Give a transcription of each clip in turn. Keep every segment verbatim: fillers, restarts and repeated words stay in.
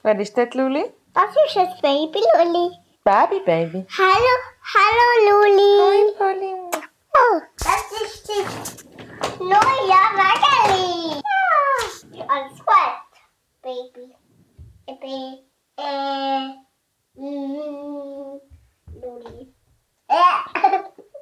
Wer ist das, Luli? Das ist das Baby Luli. Baby, Baby. Hallo, hallo Luli. Hi, Luli. Oh, das ist die neue Magali. Ja, alles gut, Baby. Baby. Äh, mm, Luli. Äh.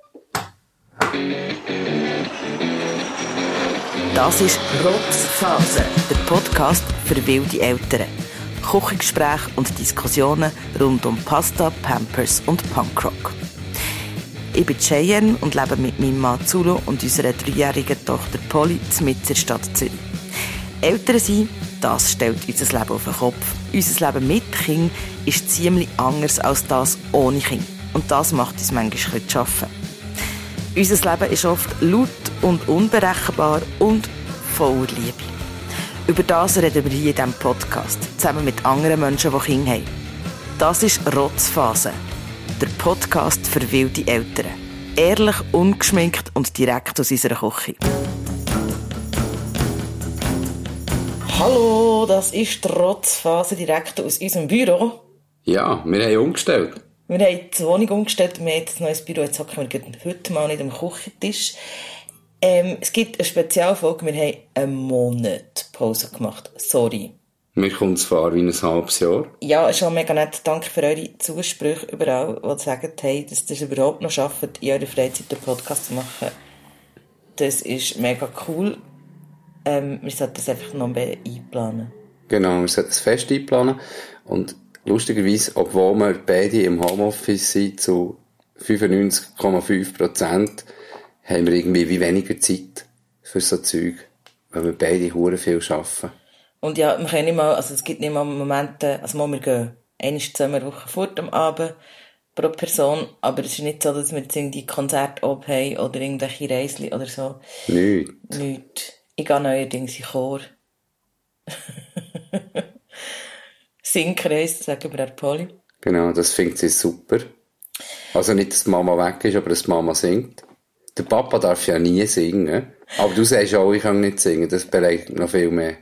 Das ist Rotzphase, der Podcast für wilde Eltern. Küchengespräche und Diskussionen rund um Pasta, Pampers und Punkrock. Ich bin Cheyenne und lebe mit meinem Mann Zulu und unserer dreijährigen Tochter Polly mitten in der Stadt Zürich. Eltern sein, das stellt unser Leben auf den Kopf. Unser Leben mit Kind ist ziemlich anders als das ohne Kind. Und das macht uns manchmal ein bisschen zu arbeiten. Unser Leben ist oft laut und unberechenbar und voller Liebe. Über das reden wir hier in diesem Podcast, zusammen mit anderen Menschen, die Kinder haben. Das ist Rotzphase, der Podcast für wilde Eltern. Ehrlich, ungeschminkt und direkt aus unserer Küche. Hallo, das ist die Rotzphase direkt aus unserem Büro. Ja, wir haben umgestellt. Wir haben die Wohnung umgestellt, wir haben ein neues Büro, jetzt hocken wir heute mal nicht am Küchentisch. Ähm, es gibt eine Spezialfolge, wir haben einen Monat Pause gemacht. Sorry. Mir kommt es vor wie ein halbes Jahr. Ja, schon mega nett. Danke für eure Zusprüche überall, die sagen, hey, dass ihr es überhaupt noch schafft, in eurer Freizeit einen Podcast zu machen. Das ist mega cool. Ähm, wir sollten das einfach noch mehr einplanen. Genau, wir sollten es fest einplanen. Und lustigerweise, obwohl wir beide im Homeoffice sind, zu fünfundneunzig Komma fünf Prozent, haben wir irgendwie wie weniger Zeit für so Zeug, weil wir beide hure viel arbeiten. Und ja, wir können nicht mal, also es gibt nicht mal Momente, also mal wir gehen einmal zweimal Woche fort am Abend pro Person, aber es ist nicht so, dass wir jetzt irgendwie Konzerte oben haben oder irgendwelche Reisli oder so. Nicht. Nicht. Ich gehe neuerdings in Chor. Singkreis, sagen wir der Polly. Genau, das findet sie super. Also nicht, dass die Mama weg ist, aber dass die Mama singt. Der Papa darf ja nie singen. Aber du sagst auch, ich kann nicht singen. Das belegt noch viel mehr.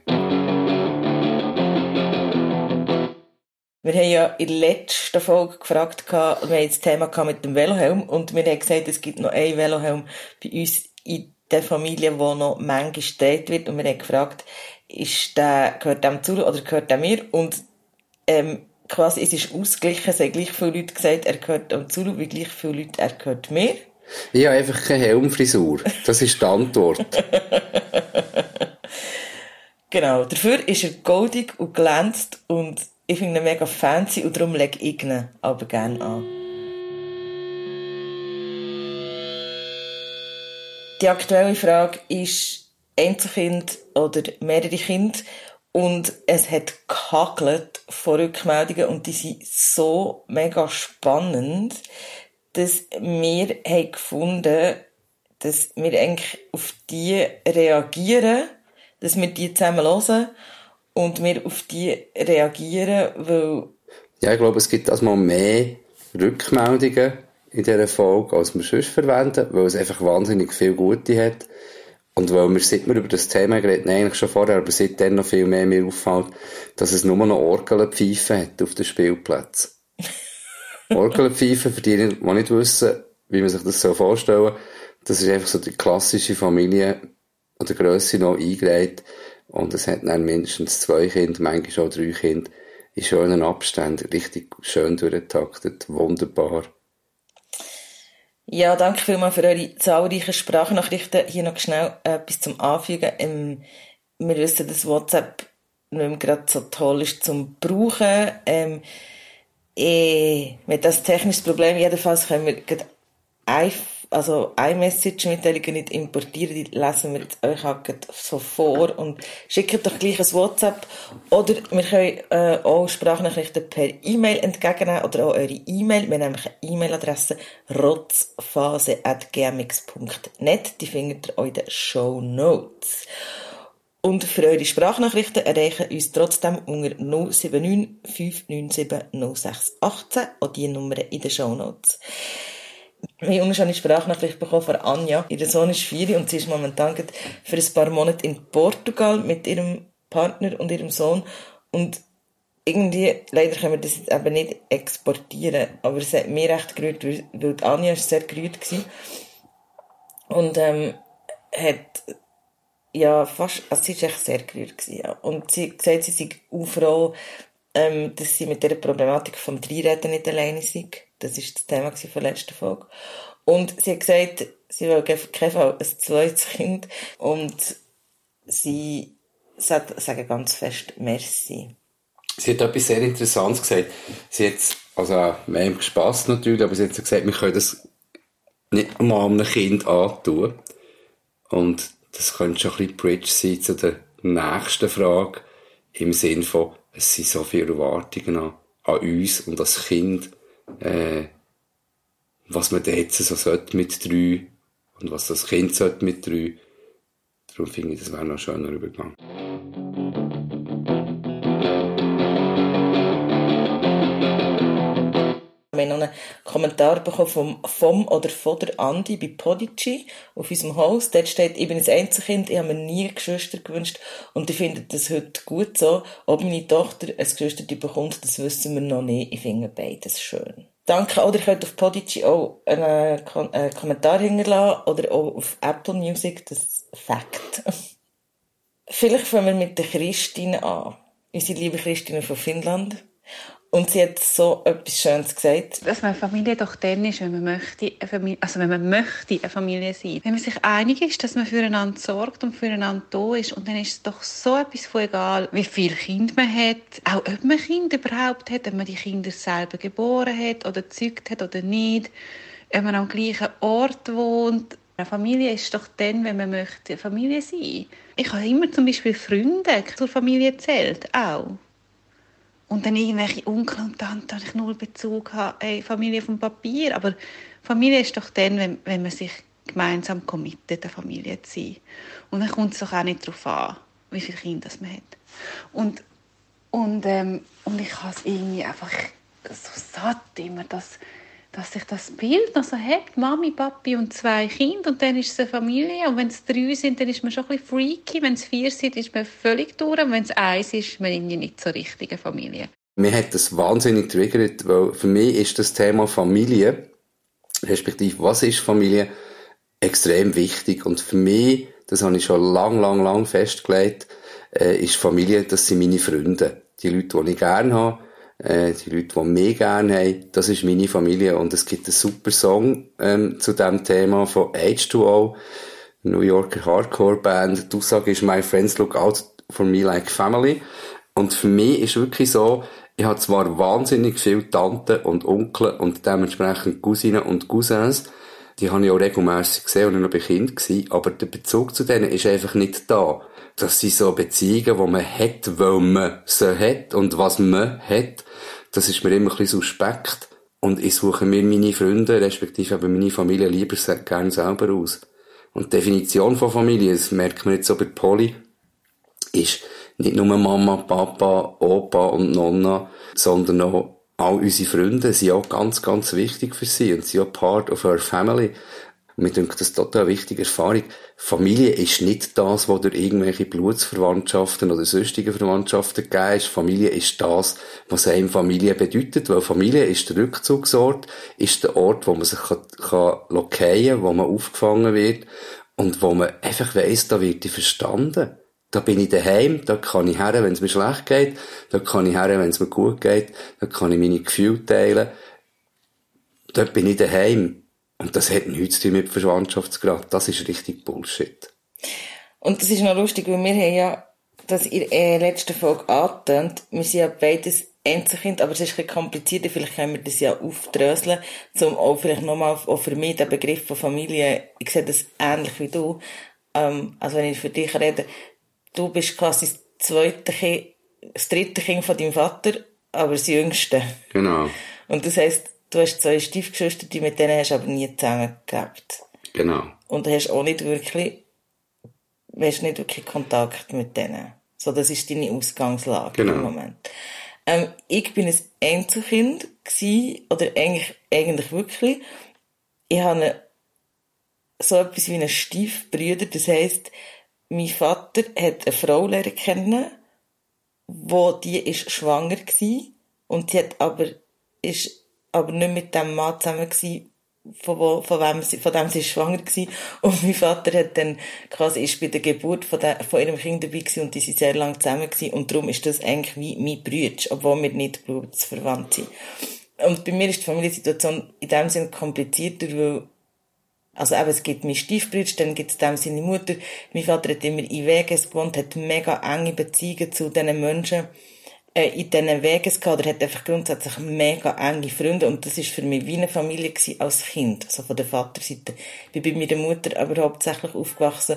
Wir haben ja in der letzten Folge gefragt, wir haben das Thema mit dem Velohelm und wir haben gesagt, es gibt noch einen Velohelm bei uns in der Familie, der noch manchmal gedreht wird. Und wir haben gefragt, ist der, gehört dem zu oder gehört der mir? Und ähm, quasi, es ist ausgeglichen, es haben gleich viele Leute gesagt, er gehört dem zu, wie gleich viele Leute, er gehört mir. Ich habe einfach keine Helmfrisur. Das ist die Antwort. Genau. Dafür ist er goldig und glänzt und ich finde ihn mega fancy und darum lege ich ihn aber gerne an. Die aktuelle Frage ist Einzelkind oder mehrere Kinder und es hat gehagelt von Rückmeldungen und die sind so mega spannend, dass wir haben gefunden, dass wir eigentlich auf die reagieren, dass wir die zusammen hören und wir auf die reagieren, weil... Ja, ich glaube, es gibt also mal mehr Rückmeldungen in dieser Folge, als wir sonst verwenden, weil es einfach wahnsinnig viele gute hat. Und weil wir, seit wir über das Thema geredet haben, eigentlich schon vorher, aber seitdem noch viel mehr mir auffällt, dass es nur noch Orgelpfeifen hat auf den Spielplätzen. Orgelpfeifen, für die, die nicht wissen, wie man sich das so vorstellen, das ist einfach so die klassische Familie oder Grösse noch eingereiht. Und es hat dann mindestens zwei Kinder, manchmal auch drei Kinder, in schönen Abständen, richtig schön durchgetaktet, wunderbar. Ja, danke vielmals für eure zahlreichen Sprachnachrichten. Hier noch schnell etwas zum Anfügen. Ähm, wir wissen, dass WhatsApp nicht mehr gerade so toll ist zum Brauchen. Ähm, eh, mit das technisches Problem, jedenfalls können wir gerade ein, also iMessage-Mitteilungen nicht importieren, die lesen wir jetzt euch auch so vor und schickt doch gleich ein WhatsApp oder wir können äh, auch Sprachnachrichten per E-Mail entgegennehmen oder auch eure E-Mail. Wir haben nämlich eine E-Mail-Adresse rotzphase at gmx punkt net, die findet ihr auch in den Shownotes. Und für eure Sprachnachrichten erreichen uns trotzdem unter null sieben neun fünf neun sieben null sechs eins acht, auch die Nummern in den Shownotes. Wir haben eine Sprachnachricht bekommen von Anja. Ihr Sohn ist vier und sie ist momentan für ein paar Monate in Portugal mit ihrem Partner und ihrem Sohn. Und irgendwie, leider können wir das jetzt eben nicht exportieren, aber es hat mich recht gerührt, weil, weil die Anja war sehr gerührt gewesen. Und, ähm, hat, ja, fast, also sie war echt sehr gerührt gewesen, ja. Und sie hat gesagt, sie sei auch froh, ähm, dass sie mit dieser Problematik vom Dreireden nicht alleine sei. Das war das Thema von der letzten Folge. Und sie hat gesagt, sie will auf keinen Fall ein zweites Kind. Und sie sagt, sagen ganz fest Merci. Sie hat etwas sehr Interessantes gesagt. Sie hat, also, wir haben Spass natürlich, aber sie hat gesagt, wir können das nicht mal einem Kind antun. Und das könnte schon ein bisschen Bridge sein zu der nächsten Frage. Im Sinn von, es sind so viele Erwartungen an, an uns und das Kind, äh, was man da jetzt so sollte mit drei und was das Kind sollte mit drei. Darum finde ich, das wäre noch ein schöner Übergang. Wir haben noch einen Kommentar bekommen vom, vom oder von der Andi bei Podigy auf unserem Haus. Dort steht, ich bin ein Einzelkind, ich habe mir nie Geschwister gewünscht und ich finde das heute gut so. Ob meine Tochter ein Geschwister bekommt, das wissen wir noch nicht. Ich finde beides schön. Danke. Oder ihr könnt auf Podigy auch einen, Kom- einen Kommentar hinterlassen oder auch auf Apple Music, das ist Fact. Vielleicht fangen wir mit der Christine an. Unsere liebe Christine von Finnland. Und sie hat so etwas Schönes gesagt. Dass man Familie doch dann ist, wenn man möchte, eine Familie, also wenn man möchte eine Familie sein. Wenn man sich einig ist, dass man füreinander sorgt und füreinander da ist, und dann ist es doch so etwas von egal, wie viele Kinder man hat, auch ob man Kinder überhaupt hat, ob man die Kinder selber geboren hat oder gezeugt hat oder nicht, ob man am gleichen Ort wohnt. Eine Familie ist doch dann, wenn man möchte, eine Familie sein. Ich habe immer zum Beispiel Freunde zur Familie gezählt, auch. Und dann irgendwelche Onkel und Tanten, habe ich null Bezug habe, ey, Familie vom Papier. Aber Familie ist doch dann, wenn, wenn man sich gemeinsam committet, eine Familie zu sein. Und dann kommt es doch auch nicht darauf an, wie viele Kinder man hat. Und, und, ähm, und ich habe es irgendwie einfach so satt, immer, dass, dass sich das Bild noch so hat, Mami, Papi und zwei Kinder, und dann ist es eine Familie. Und wenn es drei sind, dann ist man schon ein bisschen freaky. Wenn es vier sind, ist man völlig durch. Und wenn es eins ist, ist man irgendwie nicht so richtig eine Familie. Mir hat das wahnsinnig triggert, weil für mich ist das Thema Familie, respektive was ist Familie, extrem wichtig. Und für mich, das habe ich schon lang, lang, lang festgelegt, äh, ist Familie, das sind meine Freunde. Die Leute, die ich gerne habe, äh, die Leute, die mich gerne haben, das ist meine Familie. Und es gibt einen super Song ähm, zu diesem Thema von H zwei O, New Yorker Hardcore-Band. Die Aussage ist, my friends look out for me like family. Und für mich ist wirklich so, ich habe zwar wahnsinnig viele Tanten und Onkel und dementsprechend Cousinen und Cousins, die habe ich auch regelmässig gesehen, als ich noch ein Kind war, aber der Bezug zu denen ist einfach nicht da. Das sind so Beziehungen, die man hat, weil man sie hat, und was man hat, das ist mir immer ein bisschen suspekt. Und ich suche mir meine Freunde, respektive eben meine Familie, lieber gerne selber aus. Und die Definition von Familie, das merkt man jetzt so bei Polly, ist nicht nur Mama, Papa, Opa und Nonna, sondern auch all unsere Freunde sind auch ganz, ganz wichtig für sie und sind auch part of her family. Und mir denkt das total eine wichtige Erfahrung. Familie ist nicht das, was durch irgendwelche Blutsverwandtschaften oder sonstige Verwandtschaften gegeben ist. Familie ist das, was einem Familie bedeutet, weil Familie ist der Rückzugsort, ist der Ort, wo man sich kann, kann lokieren, wo man aufgefangen wird und wo man einfach weiss, da wird ich verstanden. Da bin ich daheim, da kann ich her, wenn es mir schlecht geht, da kann ich her, wenn es mir gut geht, da kann ich meine Gefühle teilen. Dort bin ich daheim. Und das hat nichts zu tun mit Verwandtschaftsgrad. Das ist richtig Bullshit. Und das ist noch lustig, weil wir haben ja das in der letzten Folge angetönt. Wir sind ja beides Einzelkind, aber es ist ein bisschen komplizierter. Vielleicht können wir das ja aufdröseln, um auch vielleicht nochmal auch für mich den Begriff von Familie, ich sehe das ähnlich wie du. Ähm, also wenn ich für dich rede, du bist quasi das zweite Kind, das dritte Kind von deinem Vater, aber das jüngste. Genau. Und das heisst, du hast zwei Stiefgeschwister, die mit denen hast aber nie zusammengelebt. Genau. Und du hast auch nicht wirklich, du hast nicht wirklich Kontakt mit denen. So, das ist deine Ausgangslage genau. im Moment. Ähm, ich bin ein Einzelkind gewesen, oder eigentlich, eigentlich wirklich. Ich habe eine, so etwas wie einen Stiefbrüder, das heisst, mein Vater hat eine Frau lernen kennen wo die ist schwanger gsi und sie hat aber, ist aber nicht mit dem Mann zusammen gsi, von, wo, von, wem sie, von dem sie schwanger war. Und mein Vater hat dann quasi, ist bei der Geburt von, der, von ihrem Kind dabei gewesen und die sind sehr lange zusammen gewesen. Und darum ist das eigentlich wie mein Bruder, obwohl wir nicht blutsverwandt sind. Und bei mir ist die Familiensituation in dem Sinne komplizierter, weil, also eben, es gibt meinen Stiefbruder, dann gibt es dem seine Mutter. Mein Vater hat immer in Vegas gewohnt, hat mega enge Beziehungen zu diesen Menschen in diesen Wegen gehabt, er hat einfach grundsätzlich mega enge Freunde und das ist für mich wie eine Familie gewesen als Kind, also von der Vaterseite. Ich bin bei meiner Mutter aber hauptsächlich aufgewachsen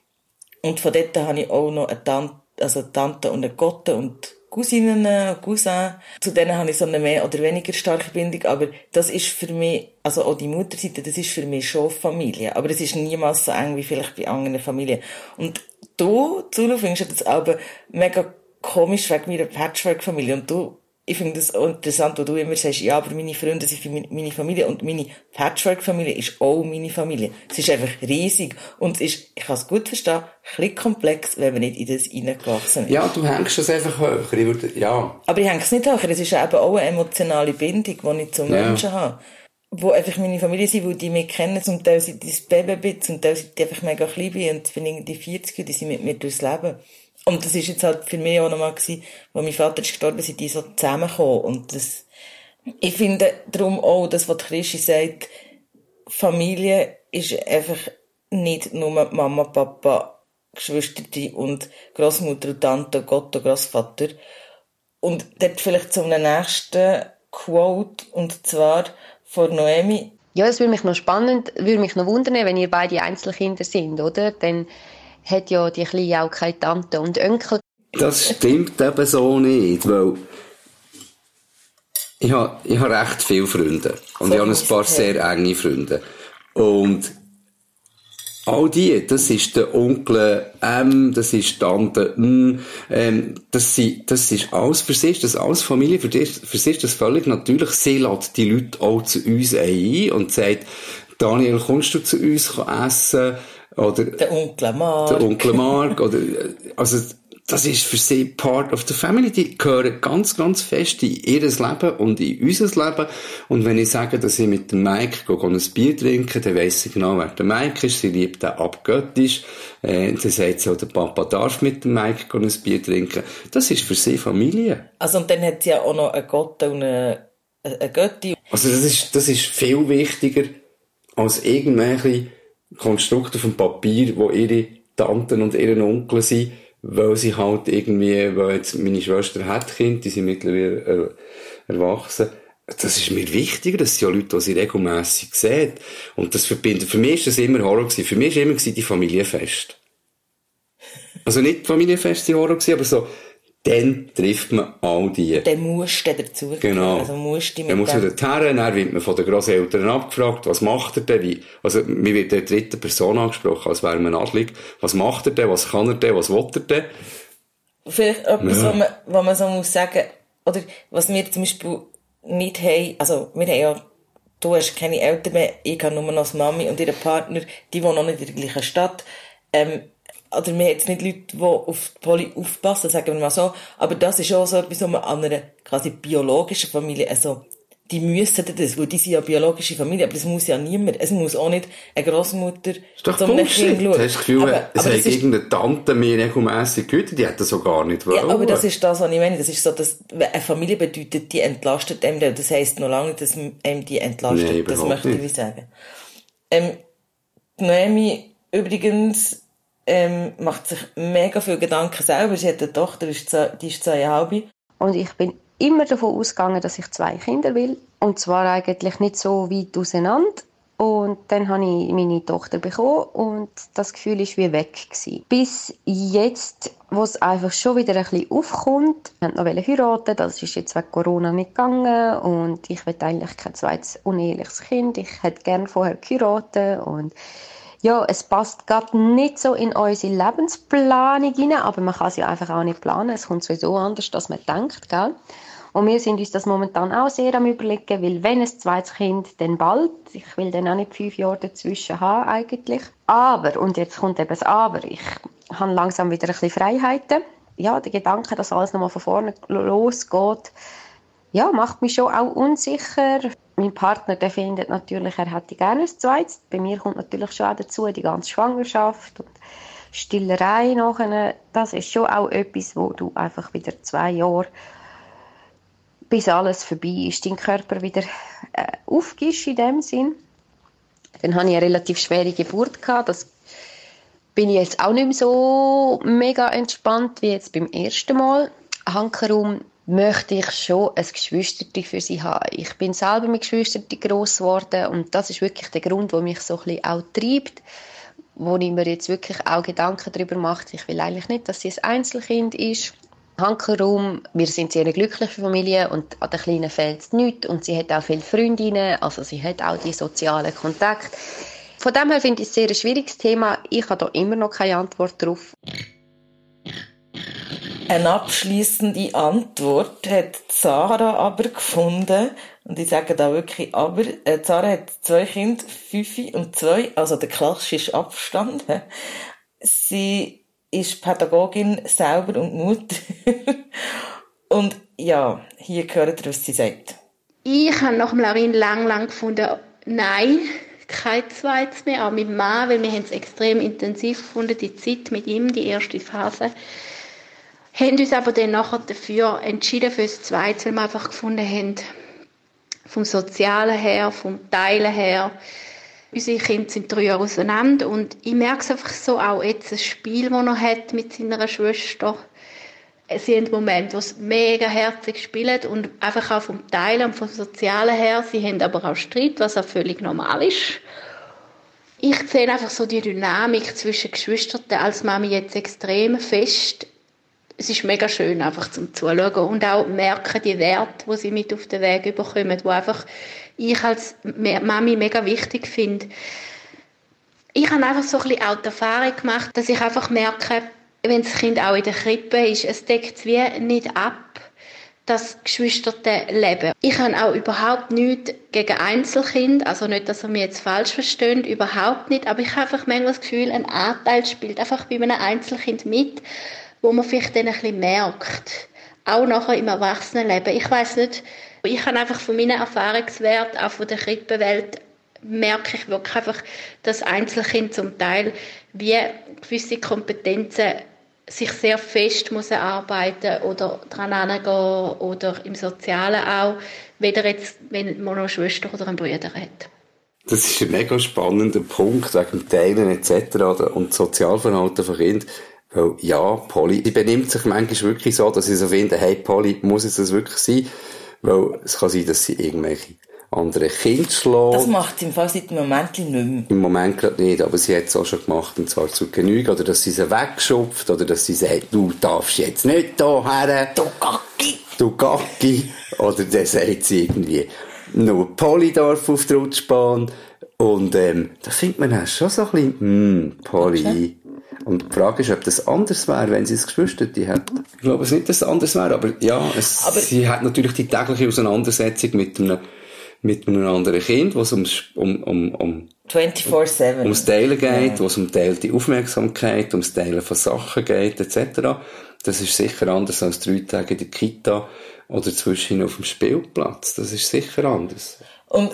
und von dort habe ich auch noch eine Tante, also eine Tante und eine Gotte und Cousinen und Cousins. Zu denen habe ich so eine mehr oder weniger starke Bindung, aber das ist für mich, also auch die Mutterseite, das ist für mich schon Familie, aber es ist niemals so eng wie vielleicht bei anderen Familien. Und du, Zulu, findest du das aber mega komisch wegen meiner Patchwork-Familie. Und du, ich finde das auch interessant, wo du immer sagst, ja, aber meine Freunde sind für meine Familie und meine Patchwork-Familie ist auch meine Familie. Es ist einfach riesig und es ist, ich kann es gut verstehen, ein bisschen komplex, wenn man nicht in das hineingewachsen ist. Ja, du hängst das einfach höher. Ich würde, ja. Aber ich hänge es nicht höher. Es ist eben auch eine emotionale Bindung, die ich zu Ja. Menschen habe. Wo einfach meine Familie sind, weil die mich kennen, zum Teil sind die das Baby, zum Teil sind die einfach mega klein und jetzt bin ich irgendwie vierzig und die sind mit mir durchs Leben. Und das ist jetzt halt für mich auch nochmal gewesen, wo mein Vater ist gestorben, sind die so zusammengekommen. Und das, ich finde darum auch, das, was Christi sagt, Familie ist einfach nicht nur Mama, Papa, Geschwister und Großmutter und Tante, Gott und Großvater. Und dort vielleicht zu einem nächsten Quote, und zwar von Noemi. Ja, es würde mich noch spannend, würde mich noch wundern, wenn ihr beide Einzelkinder sind, oder? Dann hat ja die Kleine auch keine Tante und Onkel. Das stimmt eben so nicht, weil ich habe, ich habe recht viele Freunde und So ich habe ein paar ist es, sehr enge Freunde. Und all die, das ist der Onkel M, das ist Tante M, ähm, das, sind, das ist alles für sie, das ist alles Familie, für, die, für sie ist das völlig natürlich. Sie lädt die Leute auch zu uns ein und sagt, Daniel, kommst du zu uns essen? Oder Der Onkel Mark. Der Onkel Mark. Oder, also, das ist für sie part of the family. Die gehören ganz, ganz fest in ihr Leben und in unser Leben. Und wenn ich sage, dass ich mit dem Mike gehe, gehe ein Bier trinken, dann weiss sie genau, wer der Mike ist. Sie liebt den abgöttisch. Äh, dann sagt sie auch, der Papa darf mit dem Mike gehen, ein Bier trinken. Das ist für sie Familie. Also, und dann hat sie ja auch noch eine Gotte und eine, eine Götti. Also, das ist, das ist viel wichtiger als irgendwelche Konstrukte auf dem Papier, wo ihre Tanten und ihren Onkel sind, weil sie halt irgendwie, weil jetzt meine Schwester hat Kind, die sind mittlerweile er, erwachsen. Das ist mir wichtiger, dass sie ja Leute, die sie regelmässig sehen. Und das verbindet, für mich ist das immer Horror gewesen. Für mich war immer die Familienfest. Also nicht Familienfest, die Horror gewesen, aber so, dann trifft man all die. Dann musst du dazu. Genau. Also musst du mit dann muss man dem... dorthin, dann wird man von den Grosseltern abgefragt, was macht er denn, wie, also, mir wird der dritte Person angesprochen, als wäre man adlig. Was macht er denn, was kann er denn, was will er denn? Vielleicht etwas, Ja. was man, was man so muss sagen, oder was wir zum Beispiel nicht haben, also wir haben ja, du hast keine Eltern mehr, ich habe nur noch das Mami und ihren Partner, die wohnen noch nicht in der gleichen Stadt, ähm, oder wir haben jetzt nicht Leute, die auf die Poli aufpassen, sagen wir mal so, aber das ist auch so etwas, was man an einer quasi biologischen Familie, also die müssen das, weil die sind ja biologische Familie, aber das muss ja niemand. Es muss auch nicht eine Grossmutter Das ist doch zu einem Kind Bullshit. schauen. Du hast das Gefühl, Aber- es aber hat das ist- irgendeine Tante mir regelmässig gehütet, die hat das so gar nicht wollen. Ja, aber das ist das, was ich meine. Das ist so, dass eine Familie bedeutet, die entlastet einem. Das heisst noch lange nicht, dass einem die entlastet. Nein, das überhaupt möchte ich nicht. sagen. Ähm, die Noemi übrigens ähm, macht sich mega viel Gedanken selber. Sie hat eine Tochter, die ist zwei- die ist zweieinhalb. Und ich bin immer davon ausgegangen, dass ich zwei Kinder will. Und zwar eigentlich nicht so weit auseinander. Und dann habe ich meine Tochter bekommen und das Gefühl war wie weg gewesen. Bis jetzt, wo es einfach schon wieder ein bisschen aufkommt. Ich wollte noch heiraten, das ist jetzt wegen Corona nicht gegangen. Und ich will eigentlich kein zweites uneheliches Kind. Ich hätte gerne vorher geheiratet. Und ja, es passt gerade nicht so in unsere Lebensplanung rein, aber man kann es ja einfach auch nicht planen. Es kommt sowieso anders, als man denkt, gell? Und wir sind uns das momentan auch sehr am Überlegen, weil wenn ein zweites Kind, dann bald. Ich will dann auch nicht fünf Jahre dazwischen haben, eigentlich. Aber, und jetzt kommt eben das Aber, ich habe langsam wieder ein bisschen Freiheiten. ja, der Gedanke, dass alles nochmal von vorne losgeht, ja, macht mich schon auch unsicher. Mein Partner, der findet natürlich, er hätte gerne ein zweites. Bei mir kommt natürlich schon auch dazu die ganze Schwangerschaft und Stillerei nachher. Das ist schon auch etwas, wo du einfach wieder zwei Jahre, bis alles vorbei ist, deinen Körper wieder äh, aufgibst in dem Sinn. Dann hatte ich eine relativ schwere Geburt gehabt. Das bin ich jetzt auch nicht mehr so mega entspannt wie jetzt beim ersten Mal. Hankerum möchte ich schon ein Geschwisterchen für sie haben. Ich bin selber mit Geschwisterchen gross geworden und das ist wirklich der Grund, der mich so ein bisschen auch treibt, wo ich mir jetzt wirklich auch Gedanken darüber mache. Ich will eigentlich nicht, dass sie ein Einzelkind ist. Hankerum, wir sind sehr eine glückliche Familie und an der Kleinen fehlt es nichts und sie hat auch viele Freundinnen, also sie hat auch die sozialen Kontakte. Von dem her finde ich es ein sehr schwieriges Thema. Ich habe da immer noch keine Antwort drauf. Eine abschliessende Antwort hat Sarah aber gefunden. Und ich sage da wirklich aber. Äh, Sarah hat zwei Kinder, fünf und zwei, also der klassische Abstand. Sie ist Pädagogin selber und Mutter. Und ja, hier gehört ihr, was sie sagt. Ich habe nach dem Laurin lang, lang gefunden, nein, kein zweites mehr, auch mit dem Mann, weil wir haben es extrem intensiv gefunden, die Zeit mit ihm, die erste Phase. Haben uns aber dann nachher dafür entschieden für das Zweite, weil wir einfach gefunden haben, vom Sozialen her, vom Teilen her. Unsere Kinder sind drei Jahre auseinander und ich merke es einfach so, auch jetzt ein Spiel, das er hat mit seiner Schwester. Sie haben Momente, wo sie mega herzig spielen und einfach auch vom Teilen und vom Sozialen her. Sie haben aber auch Streit, was auch völlig normal ist. Ich sehe einfach so die Dynamik zwischen Geschwistern als Mami jetzt extrem fest. Es ist mega schön, einfach zum Zuschauen und auch merken die Werte, die sie mit auf den Weg bekommen, die einfach ich als Mami mega wichtig finde. Ich habe einfach so ein bisschen auch die Erfahrung gemacht, dass ich einfach merke, wenn das Kind auch in der Krippe ist, es deckt es wie nicht ab, dass Geschwister leben. Ich habe auch überhaupt nichts gegen Einzelkind, also nicht, dass ihr mich jetzt falsch versteht, überhaupt nicht, aber ich habe einfach manchmal das Gefühl, ein Anteil spielt einfach bei einem Einzelkind mit, wo man vielleicht dann ein bisschen merkt. Auch nachher im Erwachsenenleben. Ich weiss nicht, ich habe einfach von meinen Erfahrungswerten, auch von der Krippenwelt, merke ich wirklich einfach, dass Einzelkind zum Teil wie gewisse Kompetenzen sich sehr fest muss erarbeiten oder daran angehen oder im Sozialen auch, weder jetzt, wenn man eine Schwester oder einen Bruder hat. Das ist ein mega spannender Punkt wegen dem Teilen et cetera und Sozialverhalten von Kindern. Weil, ja, Polly, sie benimmt sich manchmal wirklich so, dass sie so finden, hey, Polly, muss es das wirklich sein? Weil es kann sein, dass sie irgendwelche andere Kinder schlägt. Das macht sie im Fall seit einem Moment nicht mehr. Im Moment gerade nicht, aber sie hat es auch schon gemacht, und zwar zu Genüge. Oder dass sie sie wegschupft, oder dass sie sagt, du darfst jetzt nicht da her. Du Gacki! Du Gacki! Oder dann sagt sie irgendwie, nur Polly darf auf die Rutschbahn. Und ähm, da findet man dann schon so ein bisschen, hm, Polly. Okay. Und die Frage ist, ob das anders wäre, wenn sie es Geschwisterchen hat. Ich glaube es nicht, dass es anders wäre, aber ja, es, aber sie hat natürlich die tägliche Auseinandersetzung mit einem, mit einem anderen Kind, wo es ums, um, um, um, vierundzwanzig sieben. ums Teilen geht, ja. Wo es um teilte Aufmerksamkeit, ums Teilen von Sachen geht, et cetera. Das ist sicher anders als drei Tage in der Kita oder zwischendurch auf dem Spielplatz. Das ist sicher anders. Und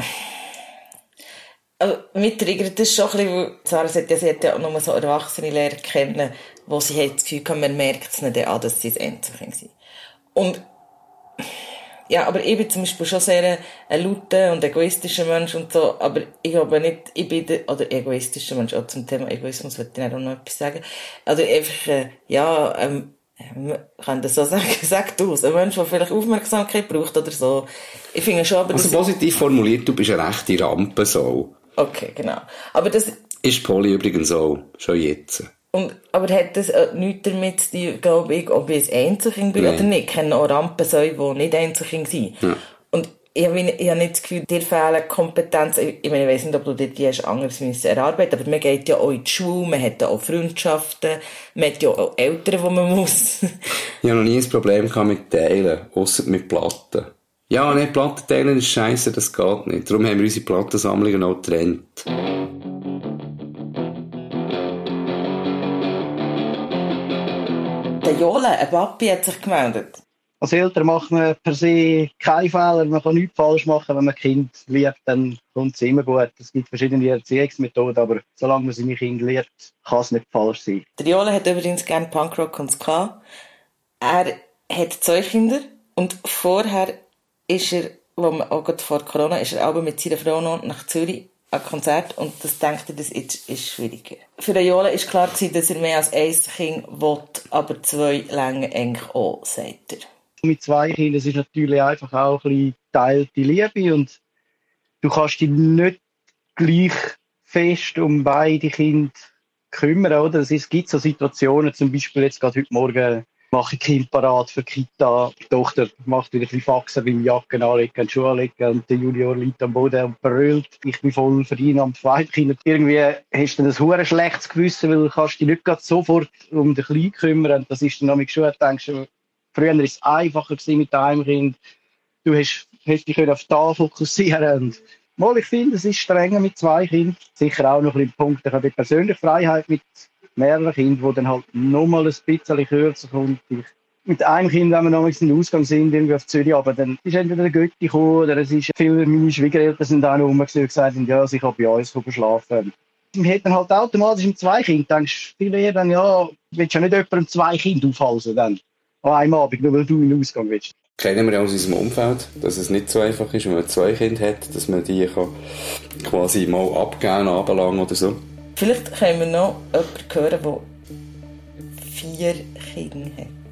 also, mit triggert das schon ein bisschen, weil Sarah sagt ja, sie hat ja nur so erwachsene Lehrer kennen, wo sie hat das Gefühl hat, man merkt es nicht an, dass sie ein Einzelkind sind. Und ja, aber ich bin zum Beispiel schon sehr ein, ein lauter und egoistischer Mensch und so, aber ich glaube nicht, ich bin der, oder egoistischer Mensch, auch zum Thema Egoismus würde ich auch noch etwas sagen. Also einfach, äh, ja, ähm, man kann das so sagen, sag du es, ein Mensch, der vielleicht Aufmerksamkeit braucht oder so. Ich finde schon, aber also positiv formuliert, du bist eine rechte Rampensau. Okay, genau. Aber das ist Polly übrigens auch, schon jetzt. Und, aber hat das äh, nichts damit zu tun, glaube ich, ob ich ein Einzelkind bin nee. oder nicht? Ich kenne auch Rampensäue, die nicht Einzelkind sind. Ja. Und ich habe ich hab nicht das Gefühl, dir fehlen Kompetenzen. Ich meine, ich weiss nicht, ob du dir die hast anders müssen erarbeiten, aber man geht ja auch in die Schule, man hat ja auch Freundschaften, man hat ja auch Eltern, die man muss. Ich habe noch nie ein Problem gehabt mit Teilen, ausser mit Platten. Ja, nicht Platten teilen ist scheisse, das geht nicht. Darum haben wir unsere Plattensammlungen auch getrennt. Der Jola, ein Papi hat sich gemeldet. Als Eltern macht man per se keine Fehler, man kann nichts falsch machen. Wenn man ein Kind liebt, dann kommt es immer gut. Es gibt verschiedene Erziehungsmethoden, aber solange man seine Kinder liebt, kann es nicht falsch sein. Der Jola hat übrigens gerne Punkrock und Ska. Er hat zwei Kinder und vorher ist er, wo man auch gerade vor Corona, ist er auch mit seiner Frau noch nach Zürich an Konzert und das denkt er, das ist, ist schwieriger. Für den Jola war klar gewesen, dass er mehr als ein Kind will, aber zwei Längen eigentlich auch, sagt er. Mit zwei Kindern ist natürlich einfach auch ein bisschen geteilte Liebe und du kannst dich nicht gleich fest um beide Kinder kümmern, oder? Es gibt so Situationen, zum Beispiel jetzt gerade heute Morgen mache ich Kind parat für die Kita. Die Tochter macht wieder ein bisschen Faxen beim Jacken anlegen und Schuhe anlegen und der Junior liegt am Boden und brüllt. Ich bin voll vereinnahmt von beiden Kindern. Irgendwie hast du dann ein hure schlechtes Gewissen, weil du kannst dich nicht gerade sofort um den Kleinen kümmern. Und das ist dann nämlich schon, denkst du, früher war es einfacher mit einem Kind. Du hast, hast dich auf da fokussieren. Und mal, ich finde, es ist strenger mit zwei Kindern. Sicher auch noch ein bisschen Punkt, ich habe die persönliche Freiheit mit mehreren Kindern, wo dann halt noch mal ein bisschen kürzer kommt. Ich, mit einem Kind, wenn wir noch in den Ausgang sind, irgendwie auf Zürich, aber dann ist entweder der Götti gekommen, oder es ist viele meine Schwiegereltern sind auch noch rum und gesagt haben, ja, ich habe bei uns schlafen. Man hat dann halt automatisch mit zwei Kindern, denkst du eher dann, ja, willst du ja nicht jemandem zwei Kinder aufhalsen dann, an einem Abend, nur weil du in den Ausgang willst. Kennen wir aus unserem Umfeld, dass es nicht so einfach ist, wenn man zwei Kinder hat, dass man die kann quasi mal abgeben, ablangen oder so. Vielleicht können wir noch jemanden hören, der vier Kinder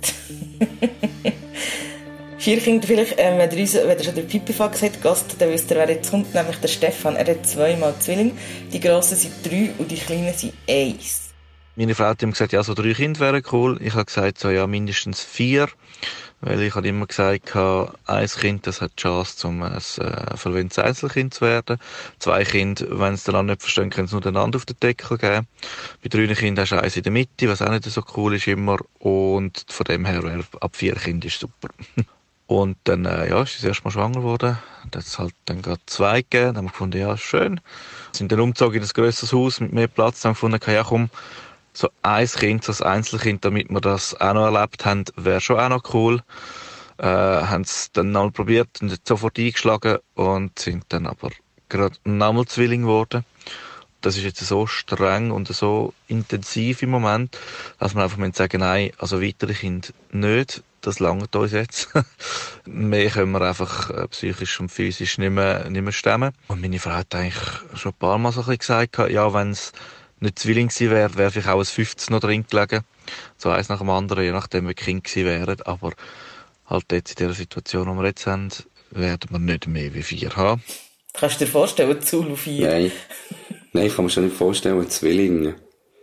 hat. Vier Kinder, vielleicht, ähm, wenn, ihr uns, wenn ihr schon den Pipifax hat, Gast, dann wisst ihr, wer jetzt kommt, nämlich der Stefan. Er hat zweimal Zwillinge, die Grossen sind drei und die Kleinen sind eins. Meine Frau hat ihm gesagt, ja, so drei Kinder wären cool. Ich habe gesagt, so, ja, mindestens vier. Weil ich habe immer gesagt, ein Kind, das hat die Chance, um ein äh, verwöhntes Einzelkind zu werden. Zwei Kinder, wenn sie dann nicht verstehen, können sie nur den Hand auf den Deckel geben. Bei drei Kindern hast du eins in der Mitte, was auch nicht so cool ist immer. Und von dem her, ab vier Kindern ist super. Und dann, äh, ja, ist sie das erste Mal schwanger geworden. Da hat es halt dann gerade zwei gegeben. Dann haben wir gefunden, ja, schön. Wir sind dann umgezogen in ein grösseres Haus mit mehr Platz. Dann haben wir gefunden, ja, komm, so ein Kind, so ein Einzelkind, damit wir das auch noch erlebt haben, wäre schon auch noch cool. Äh, haben es dann nochmal probiert und sofort eingeschlagen und sind dann aber gerade nochmal Zwilling geworden. Das ist jetzt so streng und so intensiv im Moment, dass man einfach sagen, nein, also weitere Kinder nicht, das langt uns jetzt. Mehr können wir einfach äh, psychisch und physisch nicht mehr, nicht mehr stemmen. Und meine Frau hat eigentlich schon ein paar Mal so ein bisschen gesagt, ja, wenn es nicht Zwilling gewesen wäre, wäre vielleicht auch ein fünfzig noch drin gelegen. So eins nach dem anderen, je nachdem, wie Kind gewesen wären. Aber halt jetzt in der Situation, die wir jetzt haben, werden wir nicht mehr wie vier haben. Kannst du dir vorstellen, Zulu vier? Nein. Nein, ich kann mir schon nicht vorstellen, Zwillinge.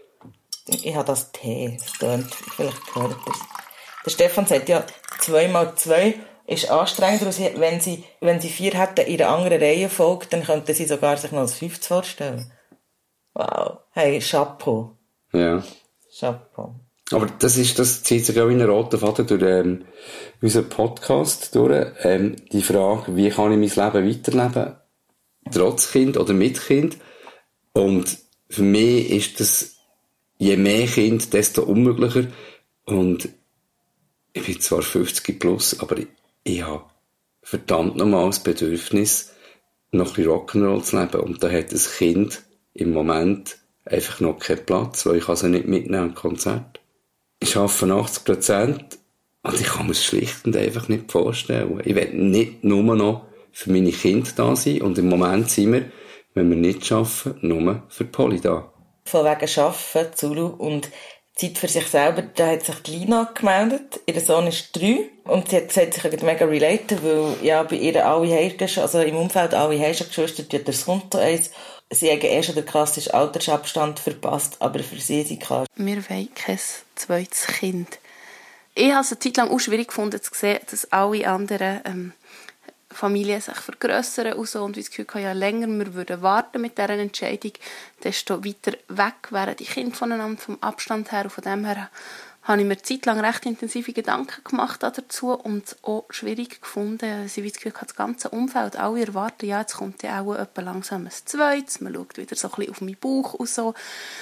Ich habe das T, das tönt, vielleicht gehört das. Der Stefan sagt ja, zwei mal zwei ist anstrengender, wenn sie, wenn sie vier hätten in einer anderen Reihenfolge, dann könnten sie sogar sich noch als fünfzig vorstellen. Wow. Hey, Chapeau. Ja. Chapeau. Aber das ist, das zieht sich auch in einen roten Faden durch ähm, unseren Podcast durch. Ähm, die Frage, wie kann ich mein Leben weiterleben? Trotz Kind oder mit Kind? Und für mich ist das, je mehr Kind, desto unmöglicher. Und ich bin zwar fünfzig plus, aber ich, ich habe verdammt nochmal das Bedürfnis, noch ein bisschen Rock'n'Roll zu leben. Und da hat das Kind im Moment einfach noch keinen Platz, weil ich also nicht mitnehmen am Konzert. Ich arbeite achtzig Prozent und ich kann mir es schlicht und einfach nicht vorstellen. Ich will nicht nur noch für meine Kinder da sein und im Moment sind wir, wenn wir nicht arbeiten, nur für Polly da. Von wegen Arbeiten, Zulu und Zeit für sich selber, da hat sich die Lina gemeldet. Ihr Sohn ist drei und sie hat gesagt, sie kann mega relaten, weil ja, bei ihr alle haben, also im Umfeld alle haben schon Geschwister, die hat das Konto eins. Sie haben eh schon den klassischen Altersabstand verpasst, aber für sie ist klar. Wir wollen kein zweites Kind. Ich habe es eine Zeit lang auch schwierig gefunden, zu sehen, dass alle anderen ähm, Familien sich vergrössern und so. Und wie das Gefühl hatte, ja länger wir würden warten mit dieser Entscheidung, desto weiter weg wären die Kinder voneinander vom Abstand her. Und von dem her habe ich mir eine Zeit lang recht intensive Gedanken gemacht dazu und auch schwierig gefunden. Sie wie das Gefühl, das ganze Umfeld, alle erwarten, ja, jetzt kommt ja auch etwa langsam ein zweites, man schaut wieder so ein bisschen auf meinen Bauch und so.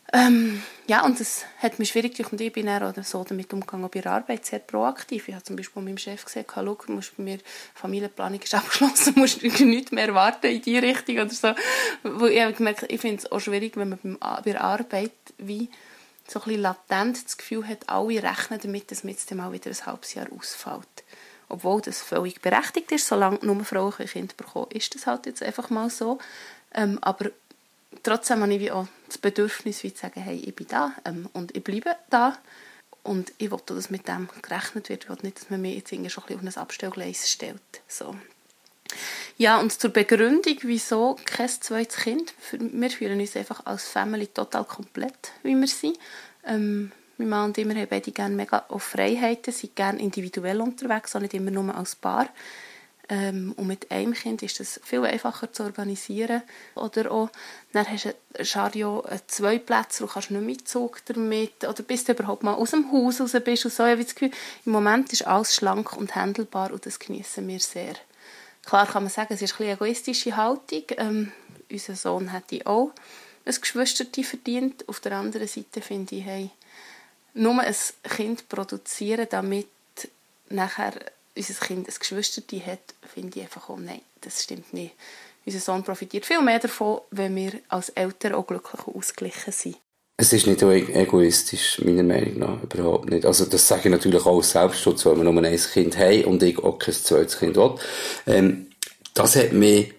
Ähm, ja, und das hat mir schwierig gemacht. Und ich bin dann auch so damit umgegangen, auch bei der Arbeit sehr proaktiv. Ich habe zum Beispiel meinem Chef gesagt, schau, du musst bei mir, Familienplanung ist abgeschlossen, du musst nichts mehr erwarten in diese Richtung oder so. Weil ich habe gemerkt, ich finde es auch schwierig, wenn man beim, bei der Arbeit wie so ein bisschen latent das Gefühl hat, alle rechnen damit, dass man jetzt mal wieder ein halbes Jahr ausfällt. Obwohl das völlig berechtigt ist, solange nur Frauen Kinder bekommen, ist das halt jetzt einfach mal so. Ähm, aber trotzdem habe ich wie auch das Bedürfnis, wie zu sagen, hey, ich bin da ähm, und ich bleibe da. Und ich will, dass mit dem gerechnet wird. Ich will nicht, dass man mich jetzt irgendwie schon ein bisschen auf ein Abstellgleis stellt. So. Ja, und zur Begründung, wieso kein zweites Kind. Wir fühlen uns einfach als Family total komplett, wie wir sind. Ähm, mein Mann und ich, wir haben beide gerne mega auf Freiheiten, sind gerne individuell unterwegs, auch nicht immer nur als Paar. Ähm, und mit einem Kind ist das viel einfacher zu organisieren. Oder auch, dann hast du ein Chariot, zwei Plätze, du kannst nicht mit Zug damit, oder bis du überhaupt mal aus dem Haus raus bist und so. Ich habe das Gefühl, im Moment ist alles schlank und handelbar und das genießen wir sehr. Klar kann man sagen, es ist eine egoistische Haltung. Ähm, unser Sohn hätte auch ein Geschwisterchen verdient. Auf der anderen Seite finde ich, hey, nur ein Kind produzieren, damit nachher unser Kind ein Geschwisterchen hat, finde ich einfach, oh nein, das stimmt nicht. Unser Sohn profitiert viel mehr davon, wenn wir als Eltern auch glücklich und ausgeglichen sind. Es ist nicht egoistisch, meiner Meinung nach, überhaupt nicht. Also das sage ich natürlich auch aus Selbstschutz, weil wir nur ein Kind haben und ich auch kein zweites Kind will. Ähm, das hat mich,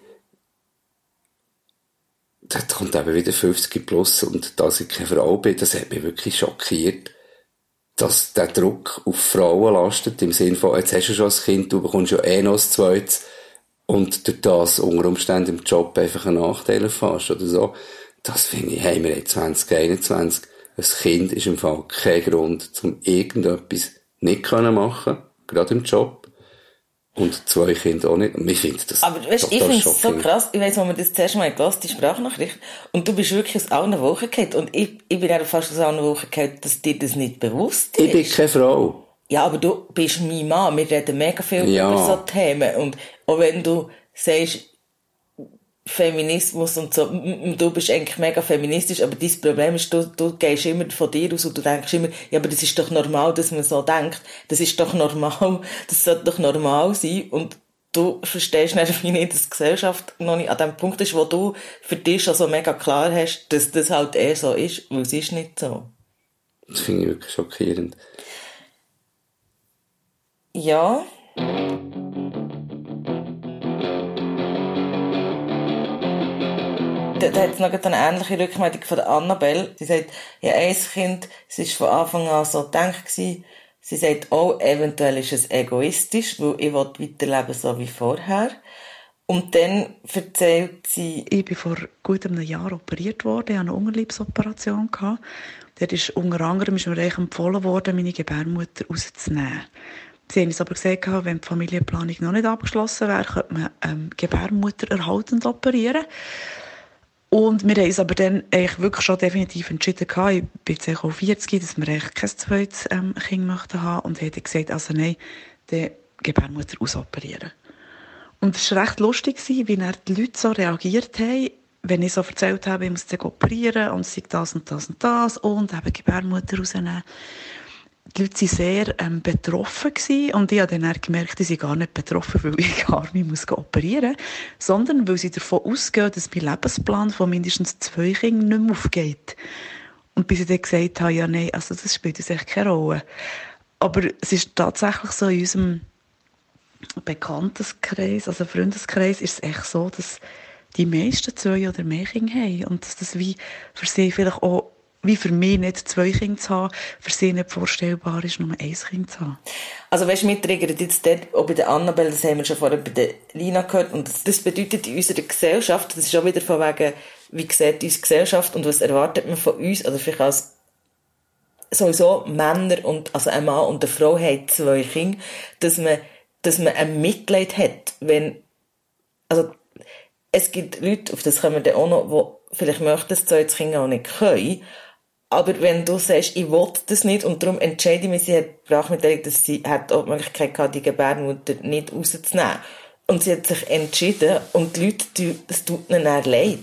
da kommt eben wieder fünfzig plus und dass ich keine Frau bin, das hat mich wirklich schockiert, dass der Druck auf Frauen lastet, im Sinne von, jetzt hast du schon ein Kind, du bekommst ja eh noch ein zweites und durch das unter Umständen im Job einfach einen Nachteil erfährst oder so. Das finde ich, haben wir jetzt zwanzig einundzwanzig. Ein Kind ist im Fall kein Grund, um irgendetwas nicht zu machen, gerade im Job. Und zwei Kinder auch nicht. Und ich finde das aber weißt, ich finde es so krass. Ich weiss, als wir das zuerst mal gehört, die Sprachnachricht, und du bist wirklich aus allen Wochen gefallen. Und ich, ich bin auch fast aus allen Wochen gefallen, dass dir das nicht bewusst ist. Ich bin keine Frau. Ja, aber du bist mein Mann. Wir reden mega viel ja. über so Themen. Und auch wenn du sagst, Feminismus und so, du bist eigentlich mega feministisch, aber dein Problem ist, du, du gehst immer von dir aus und du denkst immer, ja, aber das ist doch normal, dass man so denkt. Das ist doch normal, das sollte doch normal sein. Und du verstehst nicht, wie nicht, dass die Gesellschaft noch nicht an dem Punkt ist, wo du für dich schon so mega klar hast, dass das halt eher so ist, weil es ist nicht so. Das finde ich wirklich schockierend. Ja. Da, da hat es noch eine ähnliche Rückmeldung von der Annabelle. Sie sagt, ja, ein Kind, es war von Anfang an so gedacht gewesen. Sie sagt auch, eventuell ist es egoistisch, weil ich weiterleben so wie vorher. Und dann erzählt sie... Ich bin vor gut einem Jahr operiert worden, ich hatte eine Unterleibsoperation. Dort ist unter anderem ist mir empfohlen worden, meine Gebärmutter rauszunehmen. Sie haben uns aber gesagt, wenn die Familienplanung noch nicht abgeschlossen wäre, könnte man ähm, Gebärmutter erhaltend operieren. Und wir haben uns aber dann eigentlich wirklich schon definitiv entschieden, ich bin jetzt auch vierzig, dass wir eigentlich kein zweites ähm, Kind möchten haben und haben dann gesagt, also nein, die Gebärmutter ausoperieren. Und es war recht lustig, wie dann die Leute so reagiert haben, wenn ich so erzählt habe, ich muss jetzt operieren und es sei das und das und das und eben Gebärmutter rausnehmen. Die Leute waren sehr ähm, betroffen gewesen, und ich habe dann gemerkt, die sind gar nicht betroffen, weil ich gar nicht muss operieren muss, sondern weil sie davon ausgehen, dass mein Lebensplan von mindestens zwei Kindern nicht mehr aufgeht. Und bis ich dann gesagt habe, ja nein, also das spielt uns echt keine Rolle. Aber es ist tatsächlich so, in unserem Bekanntenkreis, also Freundeskreis, ist es echt so, dass die meisten zwei oder mehr Kinder haben und dass das wie für sie vielleicht auch wie für mich nicht zwei Kinder zu haben, für sie nicht vorstellbar ist, nur ein Kind zu haben. Also weißt du, wir triggern jetzt dort, auch bei der Annabelle, das haben wir schon vorher bei der Lina gehört, und das bedeutet in unserer Gesellschaft, das ist auch wieder von wegen, wie sieht unsere Gesellschaft und was erwartet man von uns, oder vielleicht als sowieso Männer und, also ein Mann und eine Frau haben zwei Kinder, dass man, dass man ein Mitleid hat, wenn, also, es gibt Leute, auf das kommen wir dann auch noch, die vielleicht möchten das zweites Kind auch nicht können, aber wenn du sagst, ich will das nicht und darum entscheide ich mich, sie hat Sprachmitteilung, dass sie hat auch die Möglichkeit gehabt, die Gebärmutter nicht rauszunehmen. Und sie hat sich entschieden und die Leute, das tut ihnen dann leid.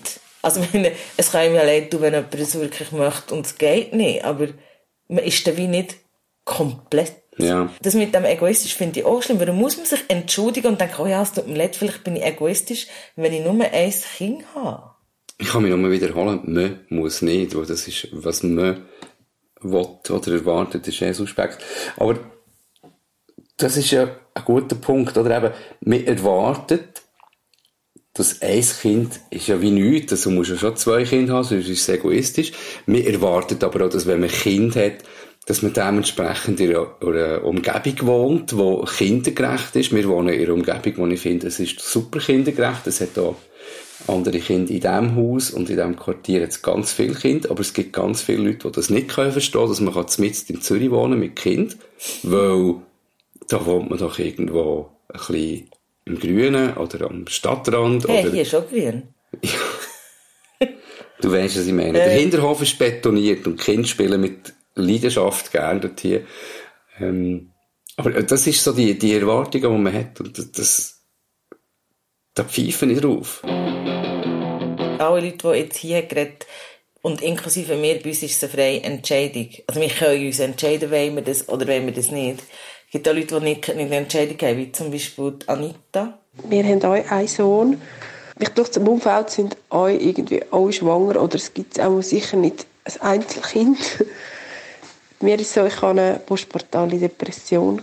Also meine, es kann ihm ja leid tun, wenn jemand es wirklich möchte und es geht nicht, aber man ist dann wie nicht komplett. Ja. Das mit dem egoistisch finde ich auch schlimm. Warum muss man sich entschuldigen und denken, oh ja, es tut mir leid, vielleicht bin ich egoistisch, wenn ich nur ein Kind habe? Ich kann mich nur wiederholen, man muss nicht, weil das ist, was man will oder erwartet, ist eh suspekt. Aber das ist ja ein guter Punkt, oder eben, man erwartet, dass ein Kind ist ja wie nichts, also man muss ja schon zwei Kinder haben, sonst ist es egoistisch. Man erwartet aber auch, dass wenn man ein Kind hat, dass man dementsprechend in einer Umgebung wohnt, die kindergerecht ist. Wir wohnen in einer Umgebung, wo ich finde, es ist super kindergerecht. Es hat auch andere Kinder in diesem Haus und in diesem Quartier hat es ganz viele Kinder, aber es gibt ganz viele Leute, die das nicht verstehen können, dass man mitten in Zürich wohnen mit Kind, weil da wohnt man doch irgendwo ein bisschen im Grünen oder am Stadtrand. Hey, oder hier ist auch grün. Du weißt, was ich meine. Der Hinterhof ist betoniert und die Kinder spielen mit Leidenschaft gerne dort hier. Ähm, aber das ist so die, die Erwartungen, die man hat. Und das, das da pfeifen nicht drauf. Alle Leute, die jetzt hier geredet und inklusive mir, bei uns ist es eine freie Entscheidung. Also wir können uns entscheiden, wollen wir das oder wollen wir das nicht. Es gibt auch Leute, die nicht eine Entscheidung haben, wie zum Beispiel Anita. Wir haben auch einen Sohn. Ich glaube, im Umfeld sind auch irgendwie alle schwanger oder es gibt auch sicher nicht ein Einzelkind. Mir ist so, ich hatte eine postpartale Depression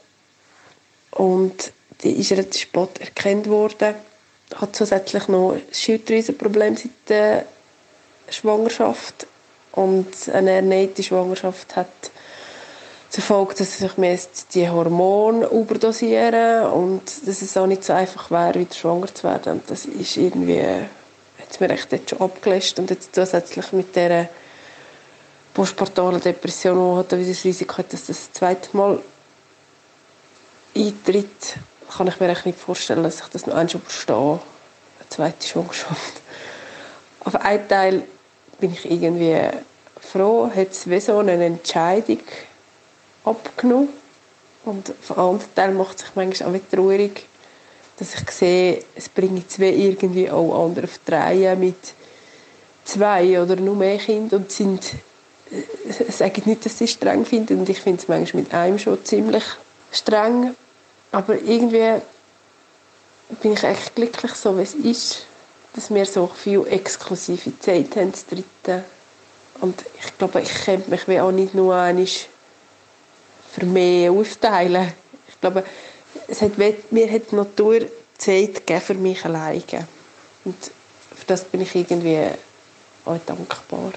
und die ist relativ spät erkannt worden. Ich habe zusätzlich noch ein Schilddrüsenproblem seit der Schwangerschaft und eine erneute Schwangerschaft hat zur Folge, dass ich mir die Hormone überdosieren und dass es auch nicht so einfach wäre, wieder schwanger zu werden. Und das ist irgendwie, hat mir echt jetzt schon abgelöst und jetzt zusätzlich mit dieser postpartalen Depression, wo halt wieder das Risiko hat, dass das, das zweite Mal eintritt, kann ich mir echt nicht vorstellen, dass ich das noch einmal überstehe, eine zweite Schwangerschaft. Auf einen Teil bin ich irgendwie froh, hat es wie so eine Entscheidung abgenommen. Und auf den anderen Teil macht es sich manchmal auch wieder traurig, dass ich sehe, es bringt zwei irgendwie auch andere auf die Reihe mit zwei oder nur mehr Kindern und sind, äh, sagen nicht, dass sie es streng finden und ich finde es manchmal mit einem schon ziemlich streng. Aber irgendwie bin ich echt glücklich, so wie es ist, dass wir so viel exklusive Zeit haben zu dritten. Und ich glaube, ich könnte mich wie auch nicht nur einmal für mehr aufteilen. Ich glaube, es hat, mir hat die Natur Zeit gegeben für mich alleine. Und für das bin ich irgendwie auch dankbar.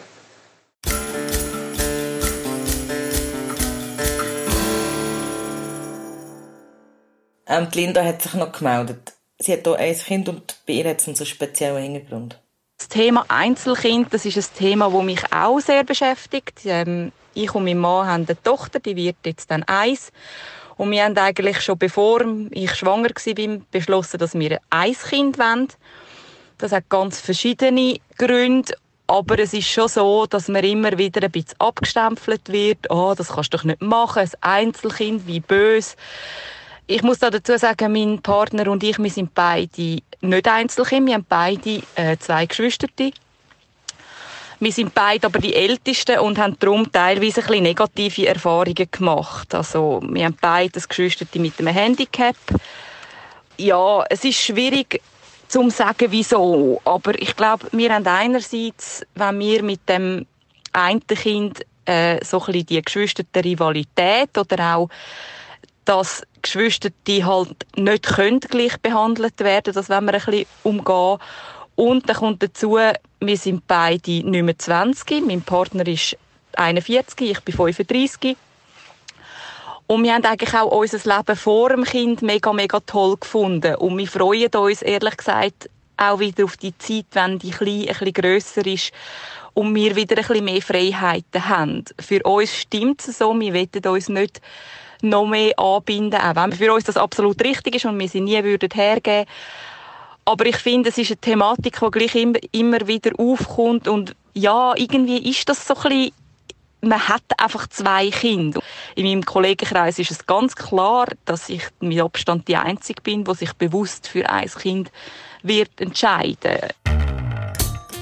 Ähm, die Linda hat sich noch gemeldet. Sie hat hier ein Kind und bei ihr hat es einen so speziellen Hintergrund. Das Thema Einzelkind, das ist ein Thema, das mich auch sehr beschäftigt. Ähm, ich und mein Mann haben eine Tochter, die wird jetzt dann eins. Und wir haben eigentlich schon, bevor ich schwanger war, beschlossen, dass wir ein Kind wollen. Das hat ganz verschiedene Gründe. Aber es ist schon so, dass man immer wieder ein bisschen abgestempelt wird. Oh, das kannst du doch nicht machen, ein Einzelkind, wie böse. Ich muss da dazu sagen, mein Partner und ich, wir sind beide nicht Einzelkinder. Wir haben beide äh, zwei Geschwister. Wir sind beide aber die Ältesten und haben darum teilweise ein bisschen negative Erfahrungen gemacht. Also, wir haben beide Geschwister mit einem Handicap. Ja, es ist schwierig zu sagen, wieso. Aber ich glaube, wir haben einerseits, wenn wir mit dem einen Kind äh, so ein bisschen die Geschwister-Rivalität oder auch, dass Geschwister die halt nicht können gleich behandelt werden, das wollen wir ein bisschen umgehen. Und dann kommt dazu, wir sind beide nicht mehr zwanzig, mein Partner ist einundvierzig, ich bin fünfunddreissig. Und wir haben eigentlich auch unser Leben vor dem Kind mega, mega toll gefunden. Und wir freuen uns, ehrlich gesagt, auch wieder auf die Zeit, wenn die Kleine ein bisschen grösser ist und wir wieder ein bisschen mehr Freiheiten haben. Für uns stimmt es so, wir wollen uns nicht noch mehr anbinden, auch wenn für uns das absolut richtig ist und wir sie nie würden hergeben. Aber ich finde, es ist eine Thematik, die gleich immer, immer wieder aufkommt und ja, irgendwie ist das so ein bisschen, man hat einfach zwei Kinder. In meinem Kollegenkreis ist es ganz klar, dass ich mit Abstand die Einzige bin, die sich bewusst für ein Kind wird entscheiden.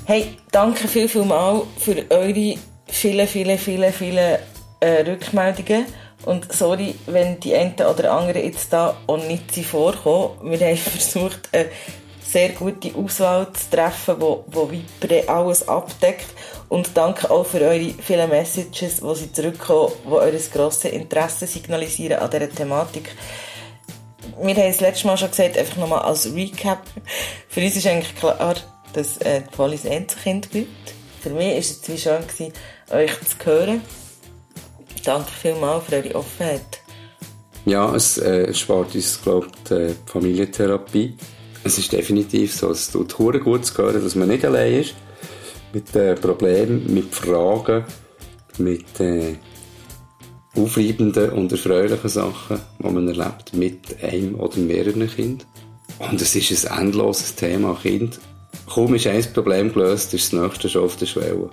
Hey, danke viel, viel mal für eure vielen, vielen, vielen, vielen äh, Rückmeldungen. Und sorry, wenn die einen oder anderen jetzt da auch nicht vorkommen. Wir haben versucht, eine sehr gute Auswahl zu treffen, die Viper alles abdeckt. Und danke auch für eure vielen Messages, die sie zurückkommen, die euer grosses Interesse signalisieren an dieser Thematik. Wir haben es letztes Mal schon gesagt, einfach nochmal als Recap. Für uns ist eigentlich klar, dass äh, die Polly ein Einzelkind bleibt. Für mich war es wie schön gewesen, euch zu hören. Danke vielmals für eure Offenheit. Ja, es äh, spart uns, glaube ich, die Familientherapie. Es ist definitiv so, es tut verdammt gut zu hören, dass man nicht allein ist. Mit äh, Problemen, mit Fragen, mit äh, aufreibenden und erfreulichen Sachen, die man erlebt, mit einem oder mehreren Kindern. Und es ist ein endloses Thema, Kind. Kaum ist ein Problem gelöst, ist das nächste schon auf der Schwelle.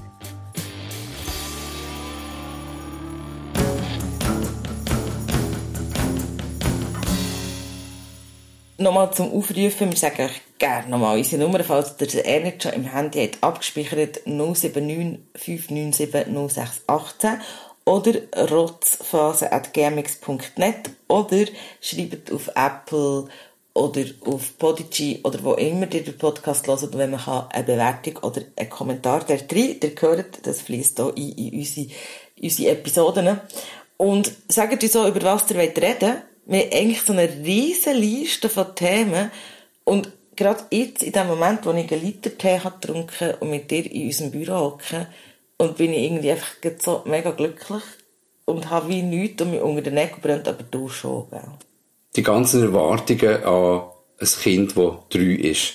Nochmal zum Aufrufen, wir sagen euch gerne nochmal unsere Nummer, falls ihr sie eh nicht schon im Handy habt, abgespeichert null sieben neun fünf neun sieben null sechs eins acht oder rotzphase at gmx punkt net oder schreibt auf Apple oder auf Podigy oder wo immer ihr den Podcast hört, und wenn man kann, eine Bewertung oder einen Kommentar da drin, ihr hört, das fließt hier in, in unsere, unsere Episoden. Und sagt uns auch, über was ihr reden wollt. Wir haben eigentlich so eine riesen Liste von Themen. Und gerade jetzt, in dem Moment, wo ich einen Liter Tee getrunken habe und mit dir in unserem Büro hocke, und bin ich irgendwie einfach so mega glücklich und habe wie nichts und mich unter den Nägeln brennt, aber du schon, gell? Die ganzen Erwartungen an ein Kind, das drei ist.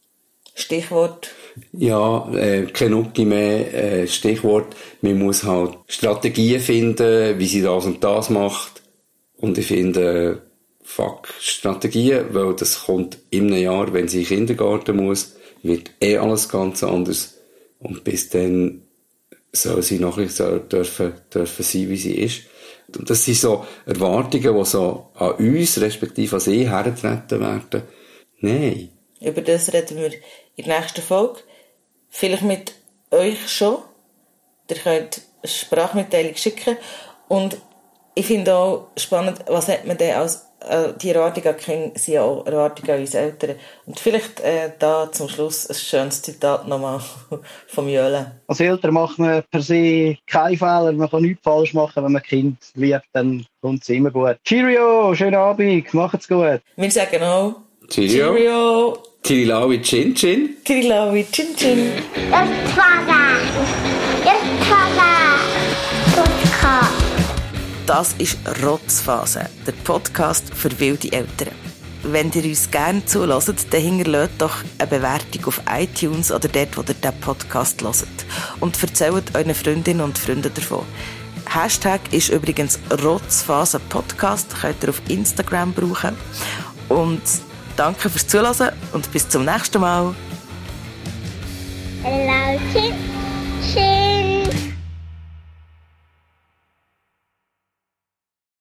Stichwort? Ja, äh, kein Nuki mehr. Äh, Stichwort, man muss halt Strategien finden, wie sie das und das macht. Und ich finde, fuck, Strategien, weil das kommt in einem Jahr, wenn sie in den Kindergarten muss, wird eh alles ganz anders. Und bis dann soll sie noch nicht so dürfen, dürfen sein, wie sie ist. Und das sind so Erwartungen, die so an uns, respektive an sie, hergetreten werden. Nein. Über das reden wir in der nächsten Folge. Vielleicht mit euch schon. Ihr könnt eine Sprachmitteilung schicken. Und ich finde auch spannend, was hat man denn als äh, die Erwartungen an Kinder sind ja auch Erwartungen an uns Eltern. Und vielleicht äh, da zum Schluss ein schönes Zitat nochmal vom Jöle. Als Eltern macht man per se keinen Fehler, man kann nichts falsch machen, wenn man Kind liebt, dann kommt es immer gut. Cheerio, schönen Abend, macht's gut. Wir sagen auch Cheerio. Cheerio. Tirilawi Chin Chin. Tirilawi Chin Chin. Das war das. Das war das. Podcast. Das ist Rotzphase, der Podcast für wilde Eltern. Wenn ihr uns gerne zuhört, dann hinterlasst doch eine Bewertung auf iTunes oder dort, wo ihr diesen Podcast hört. Und erzählt euren Freundinnen und Freunden davon. Hashtag ist übrigens Rotzphase Podcast, könnt ihr auf Instagram brauchen. Und danke fürs Zuhören und bis zum nächsten Mal. Hello, Chip.